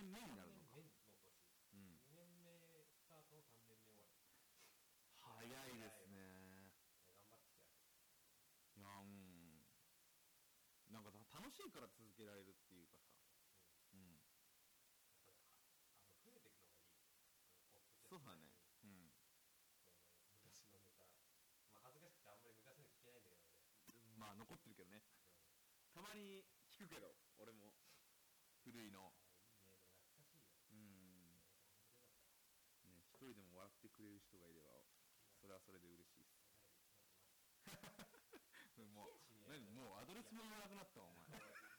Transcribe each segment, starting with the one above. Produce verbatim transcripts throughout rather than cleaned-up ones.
ねんめになるのか。 さんねんめの年、うん、にねんめスタートのさんねんめ終わり。 早いですね。 頑張ってきたよ。 いやー、うん、なんか楽しいから続けられるっていうかさ、うん、うん、 やっぱりあの増えていくのがいい。あのポッドキャストそうだね、うん、 その昔のネタ、まあ恥ずかしくてあんまり昔の聞けないんだけど俺。 まあ残ってるけどね、うん、たまに聞くけど俺も古いの。 あいいね、でも懐かしいよ。 うん、ね、一人でも笑ってくれる人がいればそれはそれで嬉しいです。もう何もうアドレスも言わなくなったわお前。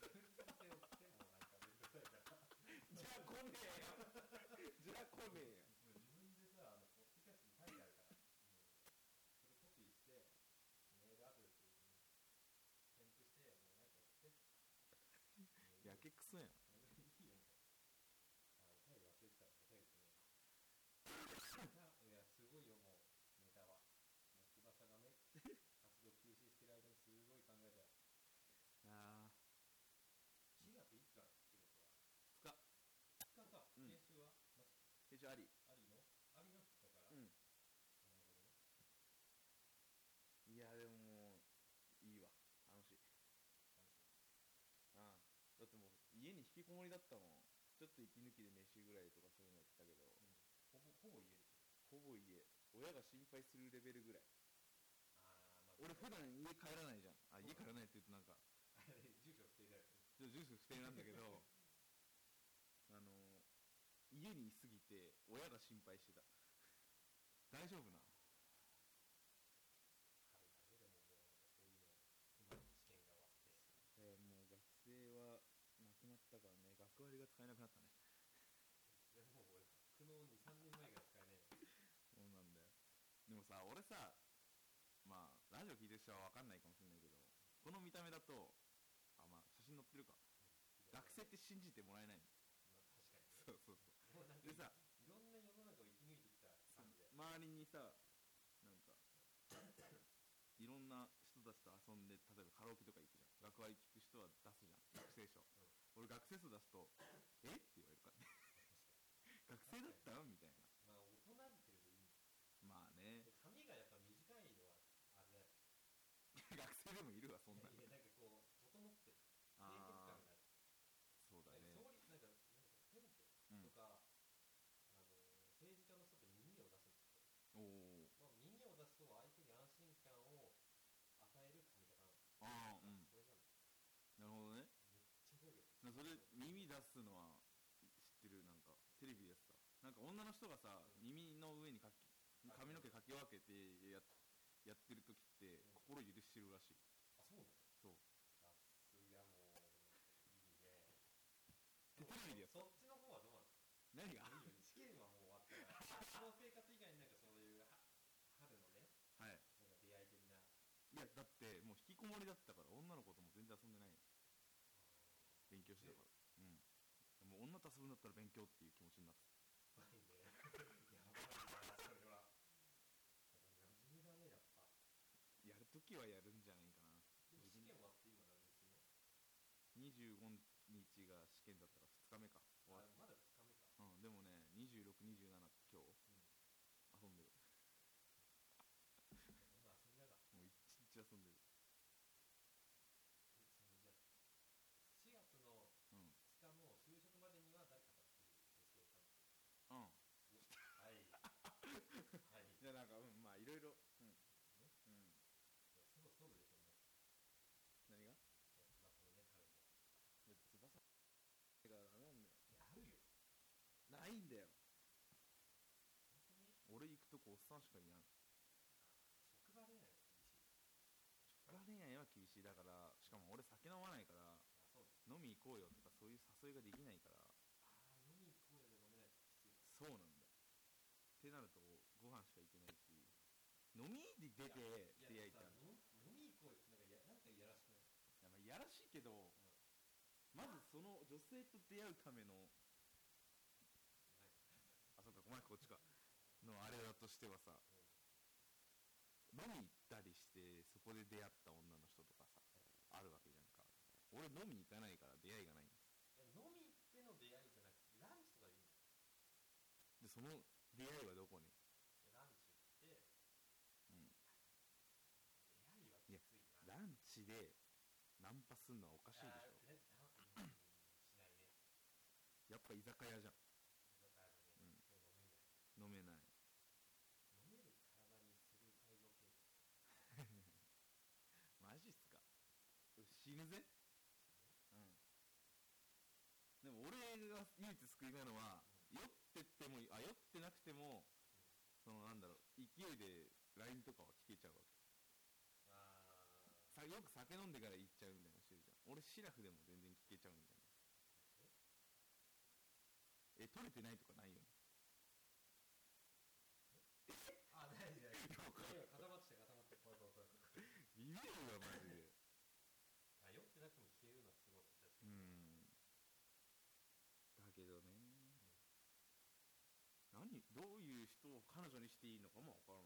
じゃあ来ねえよ。じゃあ来ねえよ。 自分でさ、あのポッドキャストに書いてあるから、それコピーしてメールアドレスに添付してもうなんか送って。 やけくそやん。いいよもう。あ、お便り忘れてたらお便りくねえ。いやすごいよもうネタは。もう翼がね活動休止してる間にすごい考えたよ。ああ。しがついつから仕事は？ ふつか。 ふつかか。うん、研修はなし？ 研修あり。 ありの？ありのふつかから。うん。なるほどね。いやでももういいわ。楽しい。 楽しい。 ああ。だってもう家に引きこもりだったもん。ちょっと息抜きで飯ぐらいとかそういうのやってたけど。うん、 ほぼほぼ家でしょ。ほぼ家。親が心配するレベルぐらい。 ああ、まあ、 俺普段家帰らないじゃん。あ、家帰らないって言うとなんか住所不定だよ。 住所不定なんだけどあの家にいすぎて親が心配してた。大丈夫な。 はいだね。でももうなんかそういうの今の試験が終わって、 えー、もう学生はなくなったからね。学割が使えなくなったね。 いやもう俺この に,さん 年前が使えねえよ。 そうなんだよ。でもさ俺さ、まあラジオ聞いてる人は分かんないかもしれないけど、この見た目だと、あ、まあ写真載ってるか、うん、学生って信じてもらえないの。 まあ確かに、ね、 そうそうそう。 もうなんかでさ、いろんな世の中を生き抜いてきた感じで、 周りにさ、なんかいろんな人たちと遊んで、例えばカラオケとか行くじゃん。学割聞く人は出すじゃん、学生証、うん、俺学生証出すとえって言われるからね。学生だったのみたいな。 まあ大人びてるといい。 まあね。 髪がやっぱ短いのはあれだよ。 学生でもいるわそんなの。 いやなんかこう整ってる清潔感がある。 そうだね。 総理なんかなんか選挙とか、うん、あの政治家の人って耳を出すんですよ。おお。まあ、耳を出すと相手に安心感を与える髪型なんです。ああ、うん。それなんです。 なるほどね。 めっちゃ増える。 それ耳出すのは知ってる。なんかテレビでやってた。なんか女の人がさ、うん、耳の上にかき髪の毛かき分けて や, やってる時って心許してるらしい。 あ、そうなの？ そう。 さすがもういいね。 テレビでやった。 そっちの方はどうなの？ 何が？ 試験はもう終わったから学校生活以外になんかそういう春のね、はい、なんか出会い的な。 いやだってもう引きこもりだったから女の子とも全然遊んでないの。勉強してたから。うん。もう女と遊ぶんだったら勉強っていう気持ちになってた。 やばいね。やばいなそれは。真面目だねやっぱ。 やるときはやるんじゃないかな。 でも試験終わって今何日目？ にじゅうごにちが試験だったらふつかめか。 あ、まだふつかめか。 うん、でもねにじゅうろく、にじゅうなな今日、うん、遊んでる。 今遊んだか。 もう一日遊んでる。 そのじゃあしがつのふつかの就職までには誰かと予定したんですよ。うん。はいはい。 いやなんかうんまあいろいろうんね、 うん。いやそろそろでしょもう。 何が？ 翼のね春も。 いや翼がダメなんだよ。 いやあるよ。 ないんだよ。 本当に？ 俺行くとこおっさんしかいない。 職場恋愛は厳しい。 職場恋愛は厳しい。だからしかも俺酒飲まないから、飲み行こうよとかそういう誘いができないから。ああ飲み行こうよで飲めないときつい。 そうなんだよ。ってなるとご飯しか行けないし、飲みに出て出会いたい。 飲み行こうよってなんかやなんかいやらしくない？ いや、まあ、いやらしいけど、うん、まずその女性と出会うための、はい、あそうかごめんこっちかのあれだとしてはさ、うん、飲み行ったりしてそこで出会った女の人とかさ、うん、あるわけじゃんか。俺飲みに行かないから出会いがないんです。 いや飲み行っての出会いじゃなくてランその出会いはどこに？ ランチ行って、 うん。 出会いはきいや、 ついな。 ランチでナンパすんのはおかしいでしょ。 あーねなうんしないね。 やっぱ居酒屋じゃん。 居酒屋だね。 うん。 それ飲めない。 飲めない。 飲める体にする体造形態。 マジっすか。死ぬぜ。 死ぬ。 うん。でも俺が唯一救いなのは、 うん酔ってってもいい、あ、酔ってなくても、 うんそのなんだろう、勢いで ライン とかは聞けちゃうわけ。 あさ、よく酒飲んでから行っちゃうみたいな人いるじゃん。俺シラフでも全然聞けちゃうみたいな。 ーええ、取れてないとかないよね。 あ、大事大事。 よく今固まってきた固まって怖い怖い怖い怖い。 ビビるよマジで。 あ、酔ってなくても消えるのはすごい確かうに。 ん。だけどね、 うん。 何、どういう人を彼女にしていいのかもわからない。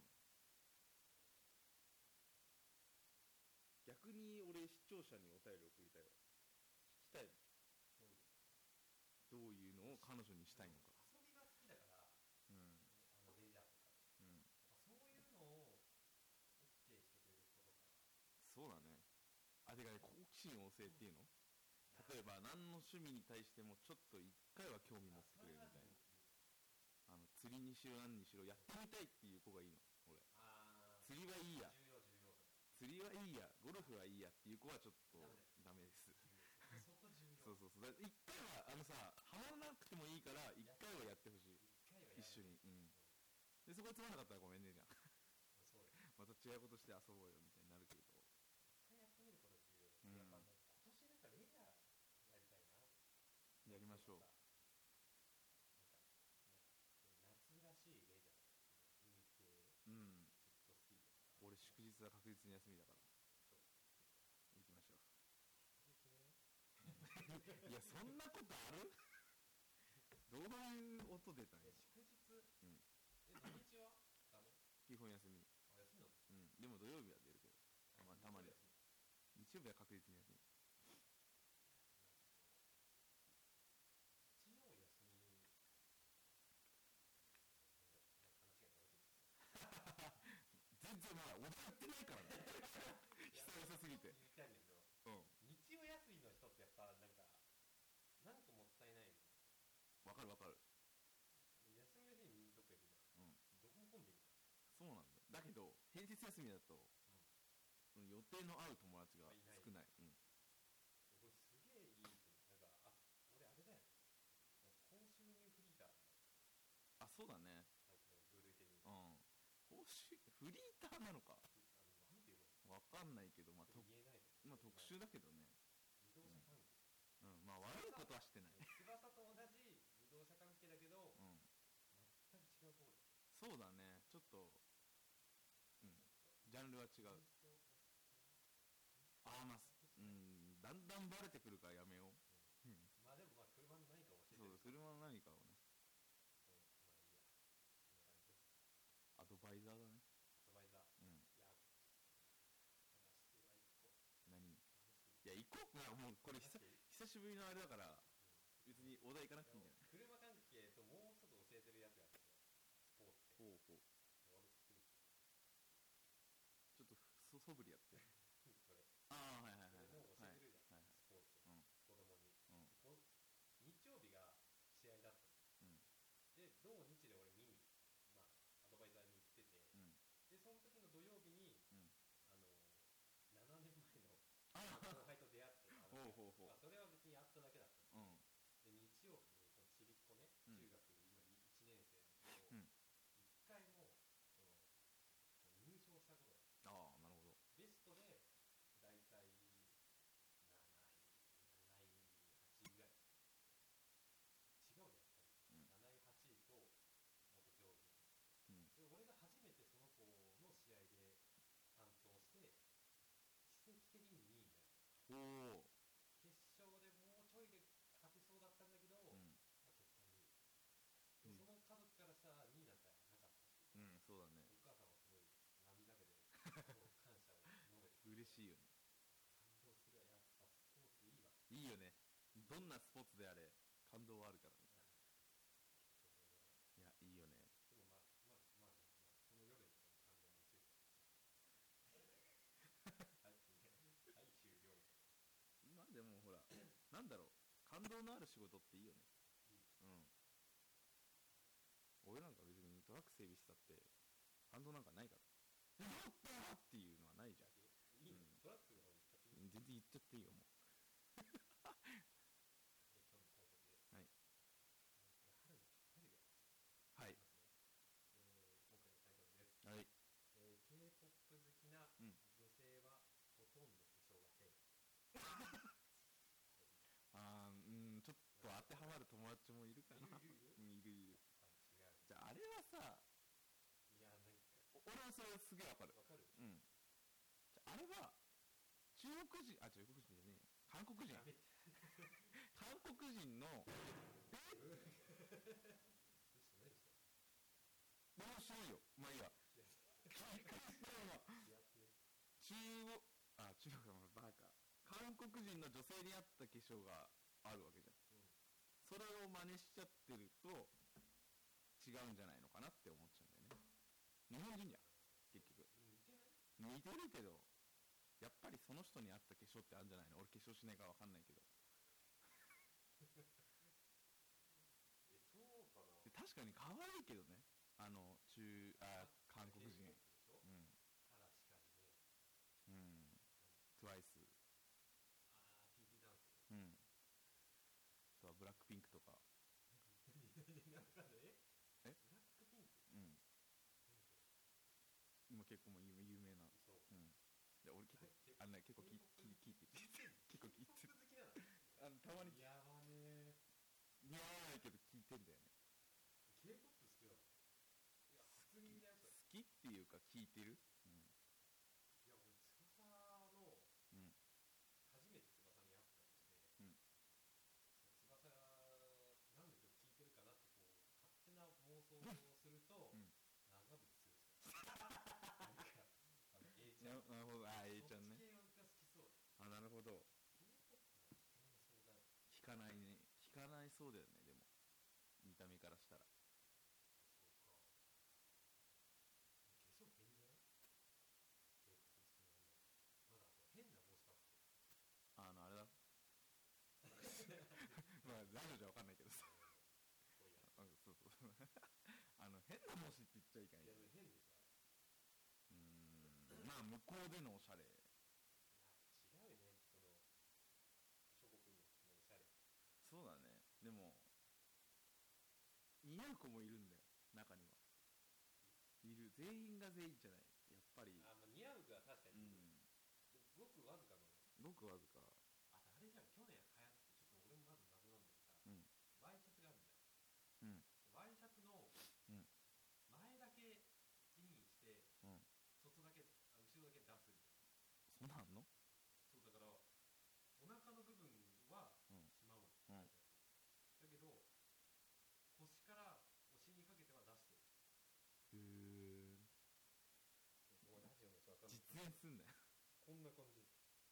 逆に俺視聴者にお便り送りたいわ。聞きたい。 どういう。 どういうのを彼女にしたいのか。 遊びが好きだから、 うん。 あのレジャーとかで。 うん。 やっぱそういうのを OK してくれる人とか。 そうだね。あ、てかね、好奇心旺盛っていうの、例えば何の趣味に対してもちょっと一回は興味持ってくれるみたいな。あの釣りにしろ何にしろやってみたいっていう子がいいの俺。 あ釣りはいいや、 重要重要それ。 釣りはいいや、ゴルフはいいやっていう子はちょっとダメですダメです。 重要そこ重要。 そうそうそう。だから一回はあのさ、ハマらなくてもいいから一回はやってほしい。 一回はやる。 一緒に。うん。 うんでそこでつまんなかったらごめんねじゃん。 そうよ。 また違うことして遊ぼうよみたいになるけど。 一回やってみること重要。 うん。 やっぱね今年なんかレジャーやりたいな。 やりましょう。 なんかね、夏らしいレジャー、海系、 うん。 ジェットスキーとか。 俺祝日は確実に休みだからちょっと行きましょう。 祝日ね。 いやそんなことある？どういう音出たんや。 え祝日。 うん。 え土日はダメ？ 基本休み。 あ、休みなの？ うん。でも土曜日は出るけど。たまたまに。 日曜日休み。 日曜日は確実に休み。 なんかその日曜休みなんかなんか話がそれてるんですけど。 全然まだ踊ってないからね。 いや久々すぎて。 一つ言いたいんだけど、 うん。 日曜休みの人ってやっぱなんかなんかもったいないよね。 わかるわかる。 休みの日にどっか行くじゃうん。 ん。どこも混んでるじそうなんだよ。だけど平日休みだとゃん。うん。 その予定の合う友達があいない。 少ない。うん。 これすげえいいと思う。なんかあ俺あれだよね。なんか高収入フリーターだよ。 あ、そうだね。 最初の部類的に。 うん。報酬フリーターなのか。 ふあのなんていうの？ わかんないけど、まあ、 ことれ言えないとまあ、 思う。 特殊だけどね。 自動車関係。 うん、まあ悪いことはしてない。 翼と同じ自動車関係だけど、 うん。 全く違うところで。 そうだね。ちょっと、うん。 ちょっとジャンルは違う。 インストラクターインストああ、まあ、 ラクター的うな。 ん、だんだんバレてくるからやめよう。うん。 まあでもまあ車の何かを教えてそう、 る人。 車の何かをね、 うん、まあいいや。そんな感じです。 アドバイザーだね。 アドバイザー。 うん。 いや、話しては一個。 何？い話していい？ や、行こう。まあ、もうこれ久話していい？ 久しぶりのあれだから、 うん。 別にお題行かなくいやていいんじゃない？ 車関係ともう一つ教えてるやつがあって、スポーツで。 ほうほう。 俺知ってる？ ちょっとそそぶりやって。 これ。 ああ、はいはいはいこれもう教はい。 えてるじゃん、 はいはいスポーツ。 はい。 子供に。 うん。うん。 でこ日曜日が試合だったの。 うん。 で、土日で俺見に、まあ、アドバイザーに行ってて、 うん。 で、その時の土曜日に、 うん。 あのー、ななねんまえのあ後輩と出会ってた話があって、 ほうほうほう。 まあ、それは別にあっただけだったんですうん。 よ。で、日曜日に、そのちびっ子ね、 うん。 中学、今いちねん生なんだけど、 うん。 一回も、その、もう入賞したことがああ、なるほど。 ベストで、だいたいなない、なない、はちいぐらい。違うじゃん、やっぱり。 うん。 なない、はちいと、もっと上位になるんだよ。 うん。 で、俺が初めてその子の試合で担当して、奇跡的ににいになる。 ほう。 決勝でもうちょいで勝てそうだったんだけど、 うん。 まあ、結果にい。でうん。 もその家族からしたらにいなんてなかったし、 うん、そうだね。 お母さんはすごい涙目でこう感謝を述べてくれて、 嬉しいよね。 感動するわ。やっぱスポーツいいわ。 いいよね。どんなスポーツであれ、感動はあるからね。 うん、そうそうだからいや、いいよ感動のある仕事っていいよね。 いい。 うん。俺なんか別にトラック整備してたって感動なんかないから。やったーっていうのはないじゃん。 いいの、 うん、 トラックの方に行っちゃっていいの。 全然言っちゃっていいよもう。 え今日のタイトルです。 はい。 え春にぴったりではい。 いますね。えー、今回のタイトルです。 はい。 えー、K-ポップ 好きなうん。 女性はほとんど化粧が変。 あー、うん、ちょっと当てはまる友達もいるかな。 いるいるいるうん、いるいる。 あ、違う。 じゃああれはさ、 いや、なんか俺はそれすげえわかる。 わかる。 うん。じゃああれは中国人、あ、中国人じゃねえよ、韓国人。 やめて。 韓国人のどうした何した面白いよ。まあいいや。 気合気合ってね。 中国、あ、中国のバカ。韓国人の女性に合った化粧があるわけじゃん。 うん。 それを真似しちゃってると違うんじゃないのかなって思っちゃうんだよね。日本人じゃん結局。 似てない。 似てるけど、やっぱりその人に合った化粧ってあるんじゃないの。俺化粧しないから分かんないけど。 え、そうかな。 で確かに可愛いけどね、あの中あ韓国人。 K-ポップ でしょ。 うん嵐かりね。 うん。トゥワイス。 あー、ピーティー ダンス。 うん。あとはブラックピンクとか。 何何なんかね。 えブラックピンク。 うん。 何それ。 今結構もう有有名な。 嘘。 うん。で俺結構えあのね結構聞 K-ポップ聞聞いて聞いてんの。 結構聞いて K-ポップ 好きなの。 あのたまにやばね似合わないけど聞いてんだよね。 ー。K-ポップ 好きなの。いや、初耳だよそれ。 好きっていうか聞いてる。うん。 いや、俺翼のうん。 初めて翼に会ったとして、 うん。 翼何の曲聴いてるかなってこう勝手な妄想をすると、 うん。 長渕剛さん。なんかあの A ちゃん、 ななるほど。あ、A ちゃんね。 そっち系が好きそう。 あ、なるほど。 K-ポップ は聞かなそうだよ。 聞かないね。聞かないそうだよね。でも見た目からしたら。 そうか。化粧変じゃない？ K-ポップ 好きな女の子。まだあと変な帽子かぶってる。 あのあれだ。まあ男女じゃ分かんないけどさ。 こういうやつ。 あ、そうそうあの変な帽子って言っちゃいけないいや、 けど。 変でしょあれ。 うーん、まあ向こうでのおしゃれ。 いや、違うよね、その諸国のおしゃれ。 そうだね。でも似合う子もいるんだよ中には。いる。全員が全員じゃないやっぱり。 あ、まあ、似合うが確かうにいる。 ん。 でもごくわずかの。 ごくわずか。 あとあれじゃん、去年流行ってちょっと俺もまず謎なんだけどさ、 うん。 ワイシャツがあるじゃん。 うん。 ワイシャツのうん。 前だけインしてうん。 外だけ、あ、後ろだけ出すみたいな。 そうなんの。 そうだからお腹の部分はうん。 しまうの、 うん。 ワイシャツだけど腰からお尻にかけては出してる。 へえ。 もうラジオの人わかんない。 実演すんだよ。 こんな感じ。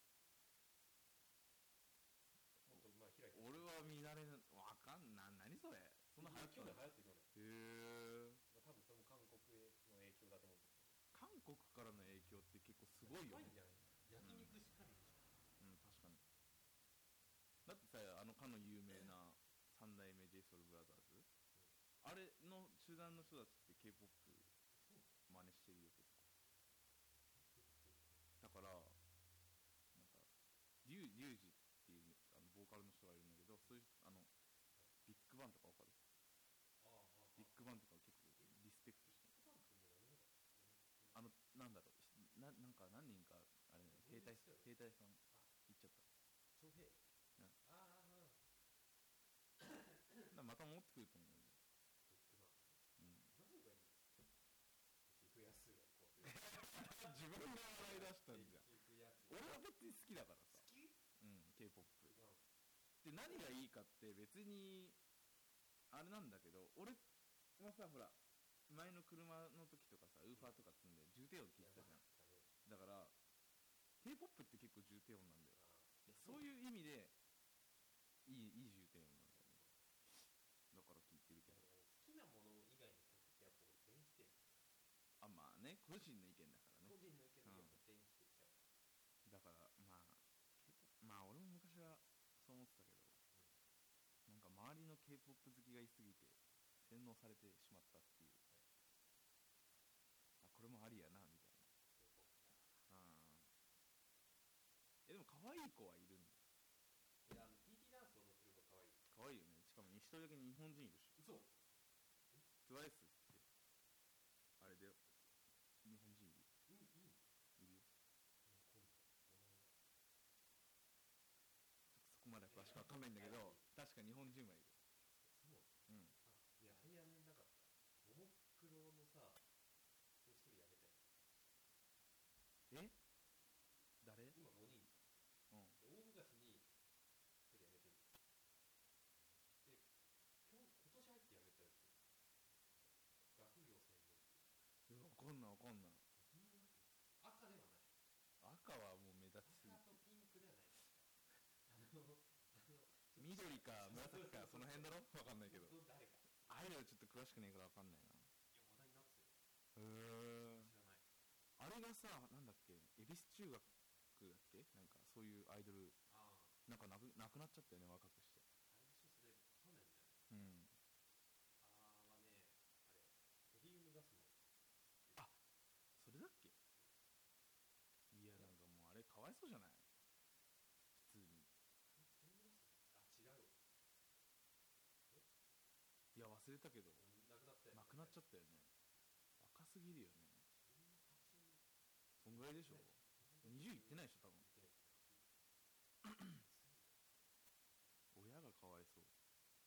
もっとまあ開いて。 俺は見慣れなわかんな何それ。そんな流行って去る。 年流行って去年。 へえ。 まあ、多分それも韓国の影響だと思うんだけど。 韓国からの影響って結構すごいよね。 やばいんじゃない？焼肉しかりでしょ。 うん、確かに。だってさ、あのかの有名な三代目 j ソ o u l b r o t h e r うん、 あれの集団の人たちって K-ポップそうなの？ 真似してるよ結構。 K-ポップ。 だからなんかリュウリュウジっていうあのボーカルの人がいるんだけど、そういうあのはい。 ビッグバンとかわかる。 ああ、ああ、 ビッグバンとか結構え、 リスペクトビッしてる。 グバンってもうやめなかった？やめてない？ あのなんだろうな、なんか何人かあれね、兵隊分裂したよね。 兵隊さんあ、 行っちゃった。 徴兵。 うん、 ああ、 だまた戻ってくると思うよ。 ビッグバン。 うん。 何がいいの？増やすがこう。 自分が笑い出したんじゃん。 聞くやつ。 俺は別に好きだからさ。 好き？ うん、K-ポップ。 うん。 で何がいいかって別にあれなんだけど、俺もさほら前の車の時とかさウーファーとか積んで重低音聞いてたじゃん。だから K-ポップ って結構重低音なんだよ。そういう意味でいいいい重低音なんだよね。だから聞いてるけど。 好きなもの以外の曲ってやっぱ俺全否定。 あ、まあね、個人の意見だからね。 個人の意見でやっぱ全否定しちゃう。 だからまあ K-ポップ、まあ俺も昔はそう思ってたけど、 うん、 ポップ好きがいすぎて洗脳されてしまったっていう、あ、これもありやなみたいな。あ、えでも可愛い子はいるんだ。 いや、あの ティーティー ダンス踊ってる子可愛い。 可愛いよね。しかも一人だけ日本人いるし。 嘘。 トゥワイスってあれだよ、日本人いる。 いいいいいるよ。 今度そこまで詳しくわかんないんだけど、確か日本人はいる。 そう。 うん。 あ、いや、あれやめなかった。ももクロのさ、これ一人やめたよ。 え、誰？ 今ごにん。 うん。 で、大昔に一人やめてる。で、今日今年入ってやめたやつ。学業専念っていう。 え、わかんないわかんない。 そんなわけない。赤ではない。 赤はもう目立ちすぎて。 赤とピンクではないですか。あの、あの、 緑か紫かその辺だろ。わかんないけど。 誰か。 アイドルちょっと詳しくねえからわかんないな。 いや、話題になってたよ。 へえ。 知らない。 あれがさ、なんだっけ、恵比寿中学だっけ、なんかそういうアイドル、 ああ。 なんかなくなくなっちゃったよね、若くして。 あれでしょ、それ、去年じゃない。 うん。 あーはね、あれ、ヘリウムガスの。 あ、それだっけ。いや、なんかもうあれかわいそうじゃない、普通に。 ヘリウムガスあ、違うわ。えいや、忘れたけど、 なくなったよ。 なくなっちゃったよね。若すぎるよね。 じゅうはち、 そんぐらいでしょ。にじゅういってないでしょ、多分。 いってない。 親がかわいそう。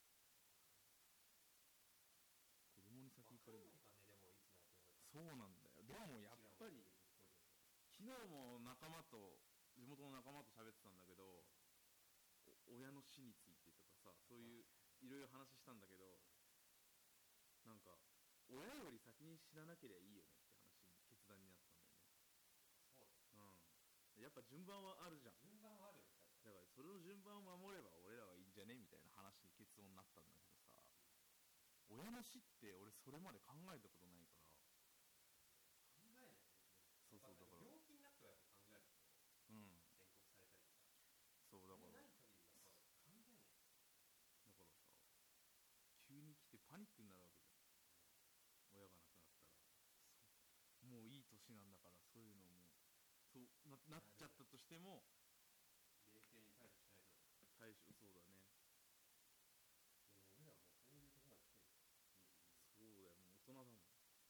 子供に先行かれる。 わかんないかね、でもいつ亡くなるか。 そうなんだよ。でもやっぱり昨日も仲間と地元の仲間と喋ってたんだけど、親の死についてとかさ、そういういろいろ話したんだけど、なんか親より先に死ななければいいよねって話に決断になったんだよね。 そうだ。 うん。やっぱ順番はあるじゃん。 順番はあるよ、確かに。 だからそれの順番を守れば俺らはいいんじゃねみたいな話に結論になったんだけどさ、親の死って俺それまで考えたことないから。 考えないね。 そうそう、だから病気になってはやっぱ考えるけど、 うん、 宣告されたりとか。 そうだからない限りはさ、考えない。 だからさ、急に来てパニックになるわけじゃん、親が亡くなったら。もういい年なんだから、そういうのもそう な, なっちゃったとしても冷静に対処しないと。 対処、そうだね。 でも俺らもうそういうとこまで来てる。 そうだよ、もう大人だもん。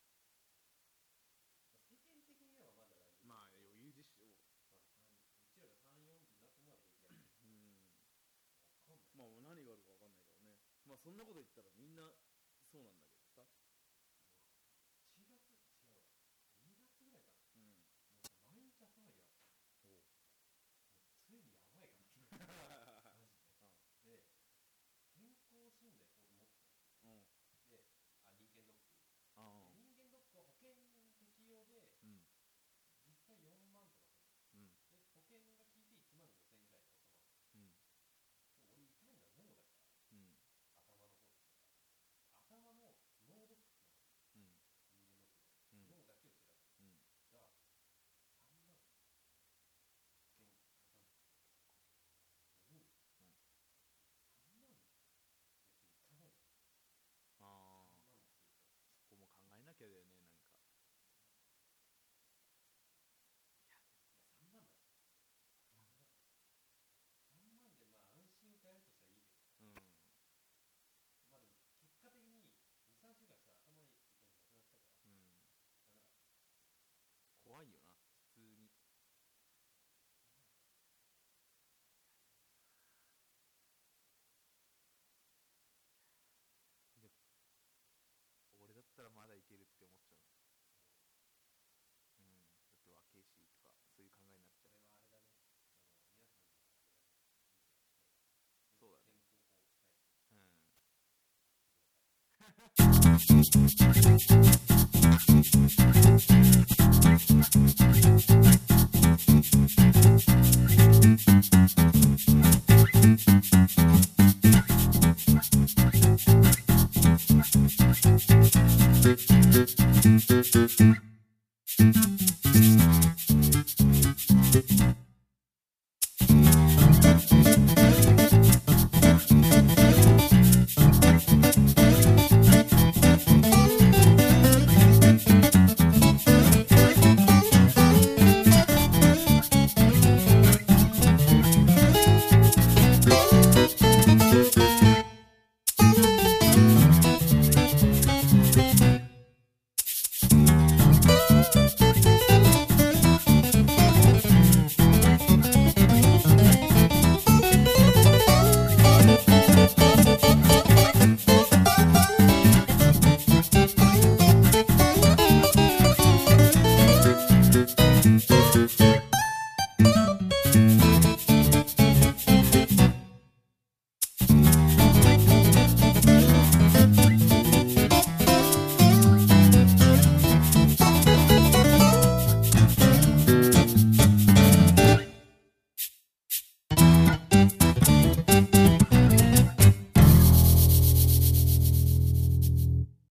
世間的にはまだ大丈夫。 まあ余裕でしょう。 まあ、うちらがさん、よんじゅうになってもまだ平気だけど。 うん。 わかんない。 まあ何があるかわかんないからね。まあそんなこと言ったらみんなそうなんだけどさ。 いちがつ、違うわ。にがつぐらいかな。 うん。 もうさ、毎日頭がやったの。 おう。 もうついにやばいかなってマジで。で、健康診断行こうと思ってたの。 うん。 で、あ、人間ドック。 ああ。 で、人間ドックは保険適用で、 うん。 実際よんまんとかする。 うん。 で、保険が効いていちまんごせんぐらいで収まる。 うん。 でも俺痛いのは脳だから、 うん。 頭の方っていうか、頭の脳ドックってのがある。 うん。 人間ドックで、 うん、 脳だけを調べる。 うん、 がさんまん保険かかんない。思うよ、 うん、 さんまんやっていかないじゃん。 ああ、 さんまんもするとそこも考えなきゃだよね、なんか。 いやでもいやさんまんだってさんまんだってさんまんでまあ安心を買えるとしたらいいけどさ、 うん。 まあでも結果的にに、さんしゅうかんしたら頭痛いのなくなったから、 うん。 だから怖いよな、普通に。で、俺だったらまだいけるって思っちゃう。うん。だって若いしとか、そういう考えになっちゃう。 これはあれだね、あの皆さんにはあれだね、見てほしい。 そうだね。 健康法を伝えてうん。 ください。